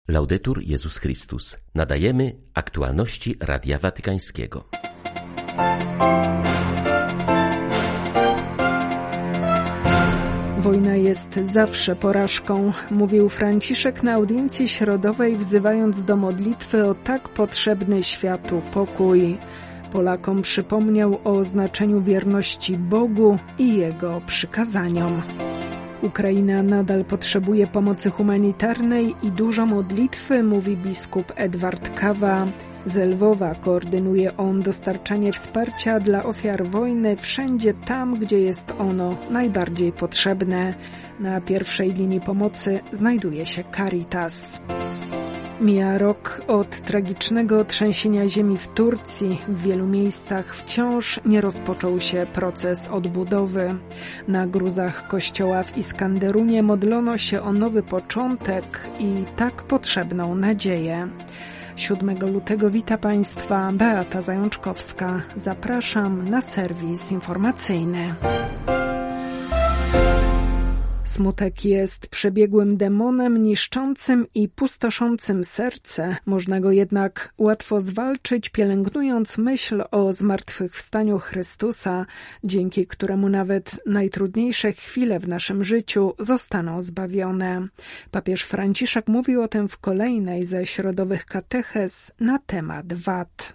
Laudetur Jezus Chrystus. Nadajemy aktualności Radia Watykańskiego. Wojna jest zawsze porażką, mówił Franciszek na audiencji środowej, wzywając do modlitwy o tak potrzebny światu pokój. Polakom przypomniał o znaczeniu wierności Bogu i Jego przykazaniom. Ukraina nadal potrzebuje pomocy humanitarnej i dużo modlitwy, mówi biskup Edward Kawa. Z Lwowa koordynuje on dostarczanie wsparcia dla ofiar wojny wszędzie tam, gdzie jest ono najbardziej potrzebne. Na pierwszej linii pomocy znajduje się Caritas. Mija rok od tragicznego trzęsienia ziemi w Turcji. W wielu miejscach wciąż nie rozpoczął się proces odbudowy. Na gruzach kościoła w Iskanderunie modlono się o nowy początek i tak potrzebną nadzieję. 7 lutego wita Państwa Beata Zajączkowska. Zapraszam na serwis informacyjny. Smutek jest przebiegłym demonem niszczącym i pustoszącym serce. Można go jednak łatwo zwalczyć, pielęgnując myśl o zmartwychwstaniu Chrystusa, dzięki któremu nawet najtrudniejsze chwile w naszym życiu zostaną zbawione. Papież Franciszek mówił o tym w kolejnej ze środowych katechez na temat wad.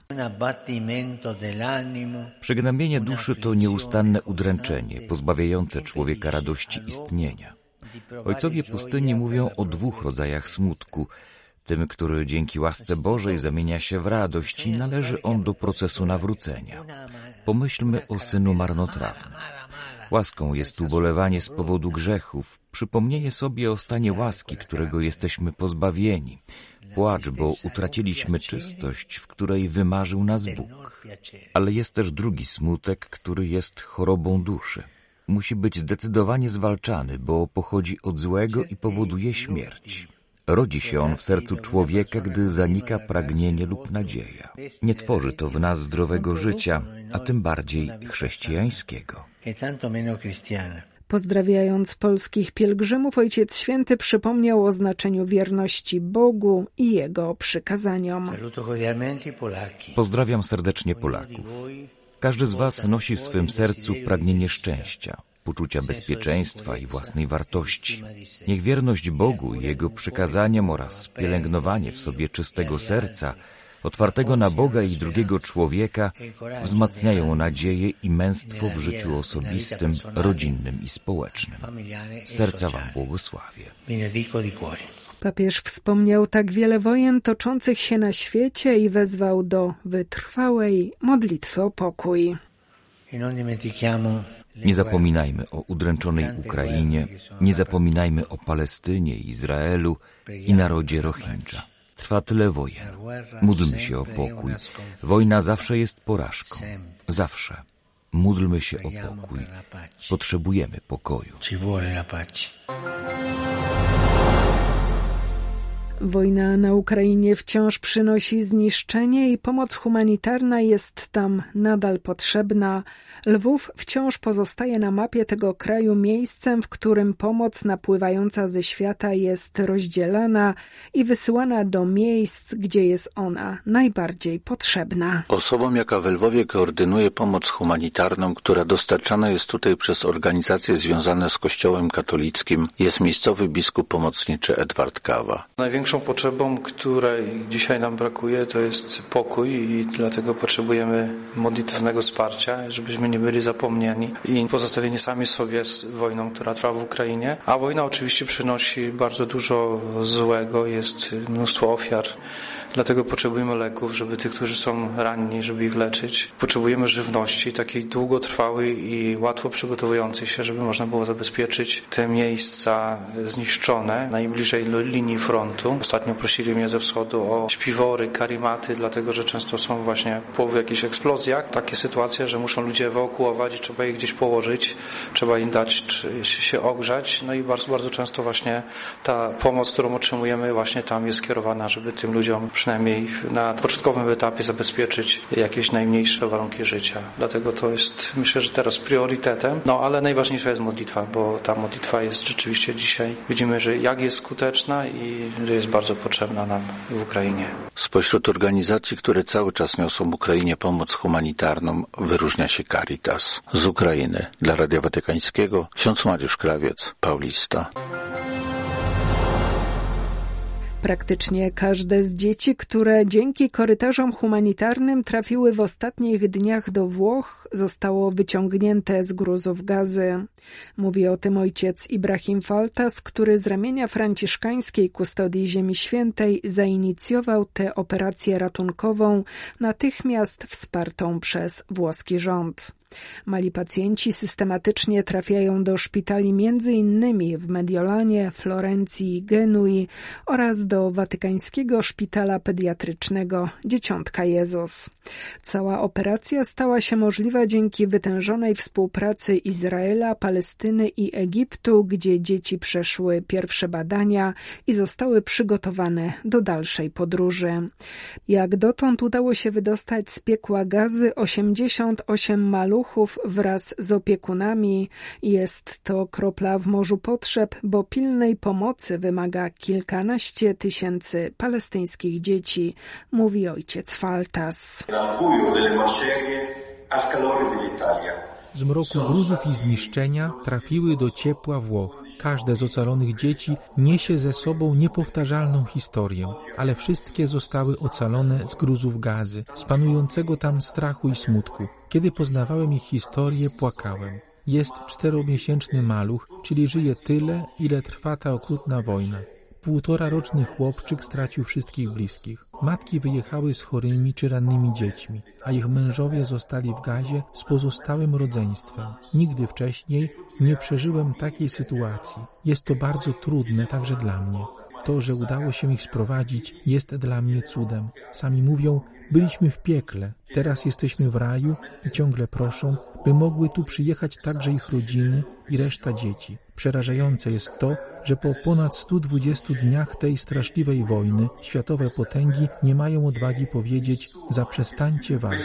Przygnębienie duszy to nieustanne udręczenie, pozbawiające człowieka radości istnienia. Ojcowie pustyni mówią o dwóch rodzajach smutku. Tym, który dzięki łasce Bożej zamienia się w radość i należy on do procesu nawrócenia. Pomyślmy o synu marnotrawnym. Łaską jest ubolewanie z powodu grzechów, przypomnienie sobie o stanie łaski, którego jesteśmy pozbawieni. Płacz, bo utraciliśmy czystość, w której wymarzył nas Bóg. Ale jest też drugi smutek, który jest chorobą duszy. Musi być zdecydowanie zwalczany, bo pochodzi od złego i powoduje śmierć. Rodzi się on w sercu człowieka, gdy zanika pragnienie lub nadzieja. Nie tworzy to w nas zdrowego życia, a tym bardziej chrześcijańskiego. Pozdrawiając polskich pielgrzymów, Ojciec Święty przypomniał o znaczeniu wierności Bogu i Jego przykazaniom. Pozdrawiam serdecznie Polaków. Każdy z Was nosi w swym sercu pragnienie szczęścia, poczucia bezpieczeństwa i własnej wartości. Niech wierność Bogu i Jego przykazaniom oraz pielęgnowanie w sobie czystego serca, otwartego na Boga i drugiego człowieka, wzmacniają nadzieję i męstwo w życiu osobistym, rodzinnym i społecznym. Z serca Wam błogosławię. Papież wspomniał tak wiele wojen toczących się na świecie i wezwał do wytrwałej modlitwy o pokój. Nie zapominajmy o udręczonej Ukrainie, nie zapominajmy o Palestynie, Izraelu i narodzie Rohingya. Trwa tyle wojen. Módlmy się o pokój. Wojna zawsze jest porażką. Zawsze. Módlmy się o pokój. Potrzebujemy pokoju. Wojna na Ukrainie wciąż przynosi zniszczenie i pomoc humanitarna jest tam nadal potrzebna. Lwów wciąż pozostaje na mapie tego kraju miejscem, w którym pomoc napływająca ze świata jest rozdzielana i wysyłana do miejsc, gdzie jest ona najbardziej potrzebna. Osobą, jaka w Lwowie koordynuje pomoc humanitarną, która dostarczana jest tutaj przez organizacje związane z Kościołem katolickim, jest miejscowy biskup pomocniczy Edward Kawa. Największą potrzebą, której dzisiaj nam brakuje, to jest pokój i dlatego potrzebujemy modlitewnego wsparcia, żebyśmy nie byli zapomniani i pozostawieni sami sobie z wojną, która trwa w Ukrainie. A wojna oczywiście przynosi bardzo dużo złego, jest mnóstwo ofiar. Dlatego potrzebujemy leków, żeby tych, którzy są ranni, żeby ich leczyć. Potrzebujemy żywności, takiej długotrwałej i łatwo przygotowującej się, żeby można było zabezpieczyć te miejsca zniszczone najbliżej linii frontu. Ostatnio prosili mnie ze wschodu o śpiwory, karimaty, dlatego że często są właśnie po jakichś eksplozjach takie sytuacje, że muszą ludzie ewakuować i trzeba ich gdzieś położyć, trzeba im dać się ogrzać. No i bardzo, bardzo często właśnie ta pomoc, którą otrzymujemy, właśnie tam jest skierowana, żeby tym ludziom przynajmniej na początkowym etapie zabezpieczyć jakieś najmniejsze warunki życia. Dlatego to jest, myślę, że teraz priorytetem. No ale najważniejsza jest modlitwa, bo ta modlitwa jest rzeczywiście dzisiaj, widzimy, że jak jest skuteczna i że jest jest bardzo potrzebna nam w Ukrainie. Spośród organizacji, które cały czas niosą Ukrainie pomoc humanitarną, wyróżnia się Caritas. Z Ukrainy dla Radia Watykańskiego ksiądz Mariusz Krawiec, Paulista. Praktycznie każde z dzieci, które dzięki korytarzom humanitarnym trafiły w ostatnich dniach do Włoch, zostało wyciągnięte z gruzów Gazy. Mówi o tym ojciec Ibrahim Faltas, który z ramienia franciszkańskiej Kustodii Ziemi Świętej zainicjował tę operację ratunkową, natychmiast wspartą przez włoski rząd. Mali pacjenci systematycznie trafiają do szpitali m.in. w Mediolanie, Florencji, Genui oraz do watykańskiego szpitala pediatrycznego Dzieciątka Jezus. Cała operacja stała się możliwa dzięki wytężonej współpracy Izraela, Palestyny i Egiptu, gdzie dzieci przeszły pierwsze badania i zostały przygotowane do dalszej podróży. Jak dotąd udało się wydostać z piekła Gazy 88 maluchów wraz z opiekunami. Jest to kropla w morzu potrzeb, bo pilnej pomocy wymaga kilkanaście tysięcy palestyńskich dzieci, mówi ojciec Faltas. Z mroku gruzów i zniszczenia trafiły do ciepła Włoch. Każde z ocalonych dzieci niesie ze sobą niepowtarzalną historię, ale wszystkie zostały ocalone z gruzów Gazy, z panującego tam strachu i smutku. Kiedy poznawałem ich historię, płakałem. Jest 4-miesięczny maluch, czyli żyje tyle, ile trwa ta okrutna wojna. 1,5-roczny chłopczyk stracił wszystkich bliskich. Matki wyjechały z chorymi czy rannymi dziećmi, a ich mężowie zostali w Gazie z pozostałym rodzeństwem. Nigdy wcześniej nie przeżyłem takiej sytuacji. Jest to bardzo trudne także dla mnie. To, że udało się ich sprowadzić, jest dla mnie cudem. Sami mówią, byliśmy w piekle, teraz jesteśmy w raju i ciągle proszą, by mogły tu przyjechać także ich rodziny i reszta dzieci. Przerażające jest to, że po ponad 120 dniach tej straszliwej wojny światowe potęgi nie mają odwagi powiedzieć: zaprzestańcie walki.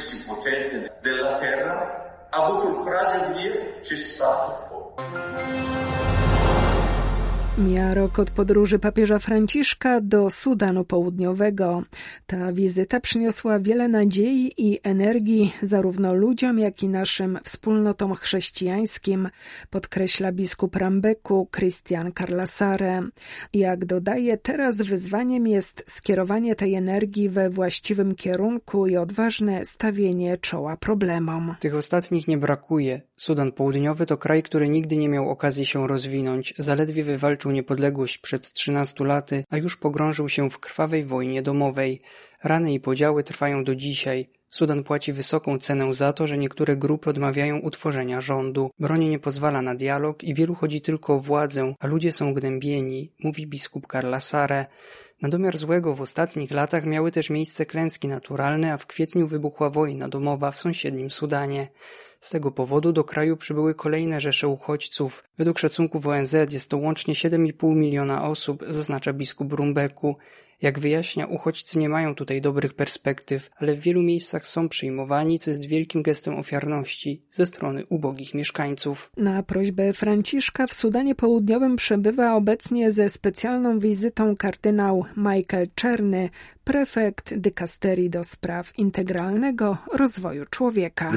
Mija rok od podróży papieża Franciszka do Sudanu Południowego. Ta wizyta przyniosła wiele nadziei i energii zarówno ludziom, jak i naszym wspólnotom chrześcijańskim, podkreśla biskup Rambeku Christian Carlasare. Jak dodaje, teraz wyzwaniem jest skierowanie tej energii we właściwym kierunku i odważne stawienie czoła problemom. Tych ostatnich nie brakuje. Sudan Południowy to kraj, który nigdy nie miał okazji się rozwinąć. Zaledwie wywalczył niepodległość przed 13 laty, a już pogrążył się w krwawej wojnie domowej. Rany i podziały trwają do dzisiaj. Sudan płaci wysoką cenę za to, że niektóre grupy odmawiają utworzenia rządu. Broń nie pozwala na dialog i wielu chodzi tylko o władzę, a ludzie są gnębieni, mówi biskup Carlasare. Na domiar złego w ostatnich latach miały też miejsce klęski naturalne, a w kwietniu wybuchła wojna domowa w sąsiednim Sudanie. Z tego powodu do kraju przybyły kolejne rzesze uchodźców. Według szacunków ONZ jest to łącznie 7,5 miliona osób, zaznacza biskup Rumbeku. Jak wyjaśnia, uchodźcy nie mają tutaj dobrych perspektyw, ale w wielu miejscach są przyjmowani, co jest wielkim gestem ofiarności ze strony ubogich mieszkańców. Na prośbę Franciszka w Sudanie Południowym przebywa obecnie ze specjalną wizytą kardynał Michael Czerny, prefekt dykasterii do spraw integralnego rozwoju człowieka.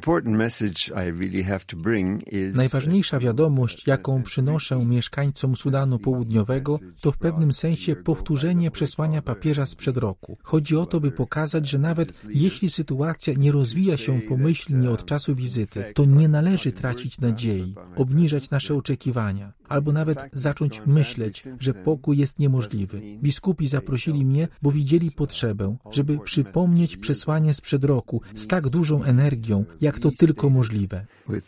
Najważniejsza wiadomość, jaką przynoszę mieszkańcom Sudanu Południowego, to w pewnym sensie powtórzenie przesłania papieża sprzed roku. Chodzi o to, by pokazać, że nawet jeśli sytuacja nie rozwija się pomyślnie od czasu wizyty, to nie należy tracić nadziei, obniżać nasze oczekiwania, albo nawet zacząć myśleć, że pokój jest niemożliwy. Biskupi zaprosili mnie, bo widzieli potrzebę, żeby przypomnieć przesłanie sprzed roku z tak dużą energią, jak to tylko możliwe.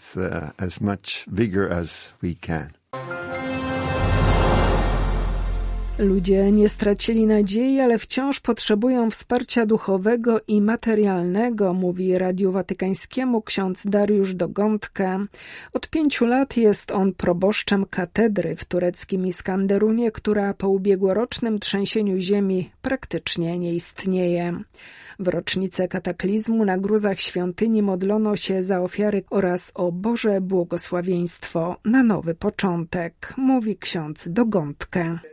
Ludzie nie stracili nadziei, ale wciąż potrzebują wsparcia duchowego i materialnego, mówi Radiu Watykańskiemu ksiądz Dariusz Dogądkę. Od 5 lat jest on proboszczem katedry w tureckim Iskanderunie, która po ubiegłorocznym trzęsieniu ziemi praktycznie nie istnieje. W rocznicę kataklizmu na gruzach świątyni modlono się za ofiary oraz o Boże błogosławieństwo na nowy początek, mówi ksiądz Dogądkę.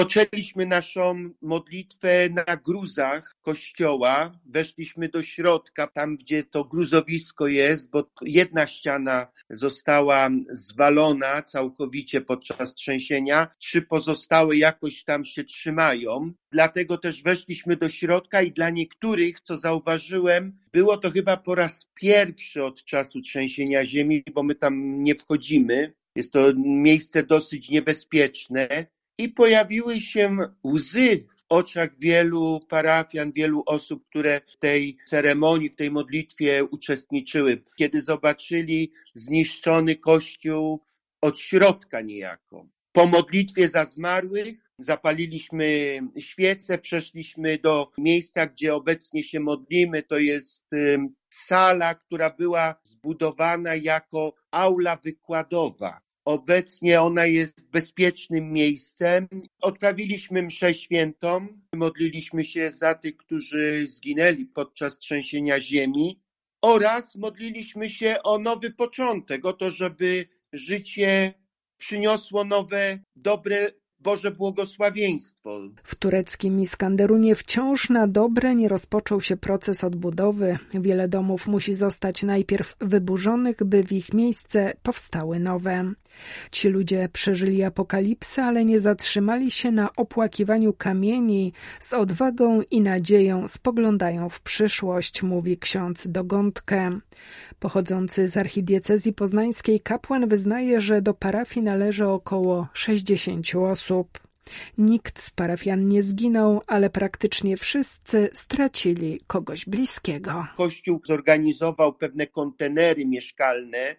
Rozpoczęliśmy naszą modlitwę na gruzach kościoła. Weszliśmy do środka, tam gdzie to gruzowisko jest, bo jedna ściana została zwalona całkowicie podczas trzęsienia. 3 pozostałe jakoś tam się trzymają. Dlatego też weszliśmy do środka i dla niektórych, co zauważyłem, było to chyba po raz pierwszy od czasu trzęsienia ziemi, bo my tam nie wchodzimy. Jest to miejsce dosyć niebezpieczne. I pojawiły się łzy w oczach wielu parafian, wielu osób, które w tej ceremonii, w tej modlitwie uczestniczyły, kiedy zobaczyli zniszczony kościół od środka niejako. Po modlitwie za zmarłych zapaliliśmy świece, przeszliśmy do miejsca, gdzie obecnie się modlimy. To jest sala, która była zbudowana jako aula wykładowa. Obecnie ona jest bezpiecznym miejscem. Odprawiliśmy mszę świętą, modliliśmy się za tych, którzy zginęli podczas trzęsienia ziemi oraz modliliśmy się o nowy początek, o to, żeby życie przyniosło nowe, dobre Boże błogosławieństwo. W tureckim Iskanderunie wciąż na dobre nie rozpoczął się proces odbudowy. Wiele domów musi zostać najpierw wyburzonych, by w ich miejsce powstały nowe. Ci ludzie przeżyli apokalipsę, ale nie zatrzymali się na opłakiwaniu kamieni. Z odwagą i nadzieją spoglądają w przyszłość, mówi ksiądz Dogądkę. Pochodzący z archidiecezji poznańskiej kapłan wyznaje, że do parafii należy około 60 osób. Nikt z parafian nie zginął, ale praktycznie wszyscy stracili kogoś bliskiego. Kościół zorganizował pewne kontenery mieszkalne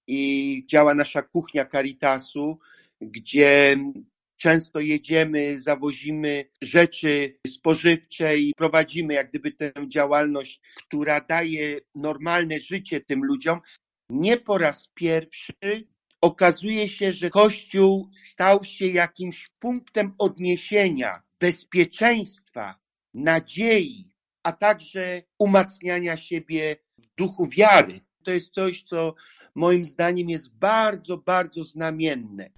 i działa nasza kuchnia Caritasu, gdzie często jedziemy, zawozimy rzeczy spożywcze i prowadzimy jak gdyby tę działalność, która daje normalne życie tym ludziom. Nie po raz pierwszy okazuje się, że Kościół stał się jakimś punktem odniesienia, bezpieczeństwa, nadziei, a także umacniania siebie w duchu wiary. To jest coś, co moim zdaniem jest bardzo, bardzo znamienne.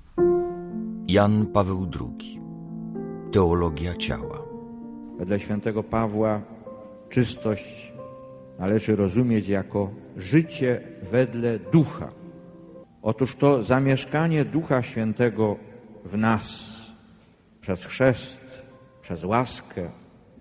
Jan Paweł II. Teologia ciała. Wedle świętego Pawła czystość należy rozumieć jako życie wedle ducha. Otóż to zamieszkanie Ducha Świętego w nas przez chrzest, przez łaskę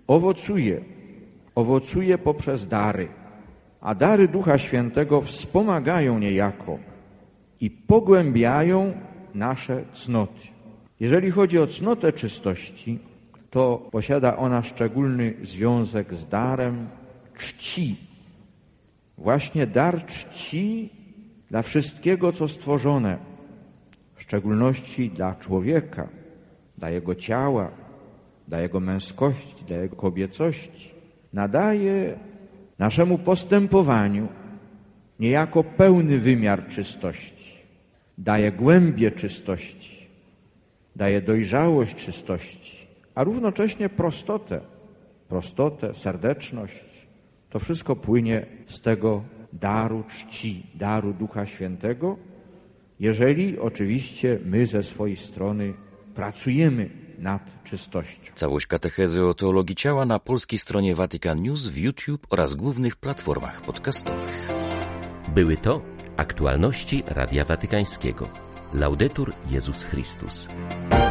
owocuje poprzez dary. A dary Ducha Świętego wspomagają niejako i pogłębiają nasze cnoty. Jeżeli chodzi o cnotę czystości, to posiada ona szczególny związek z darem czci. Właśnie dar czci dla wszystkiego, co stworzone, w szczególności dla człowieka, dla jego ciała, dla jego męskości, dla jego kobiecości, nadaje naszemu postępowaniu niejako pełny wymiar czystości, daje głębię czystości, daje dojrzałość czystości, a równocześnie prostotę, serdeczność. To wszystko płynie z tego daru czci, daru Ducha Świętego, jeżeli oczywiście my ze swojej strony pracujemy nad czystością. Całość katechezy o teologii ciała na polskiej stronie Vatican News, w YouTube oraz głównych platformach podcastowych. Były to aktualności Radia Watykańskiego. Laudetur Jezus Chrystus.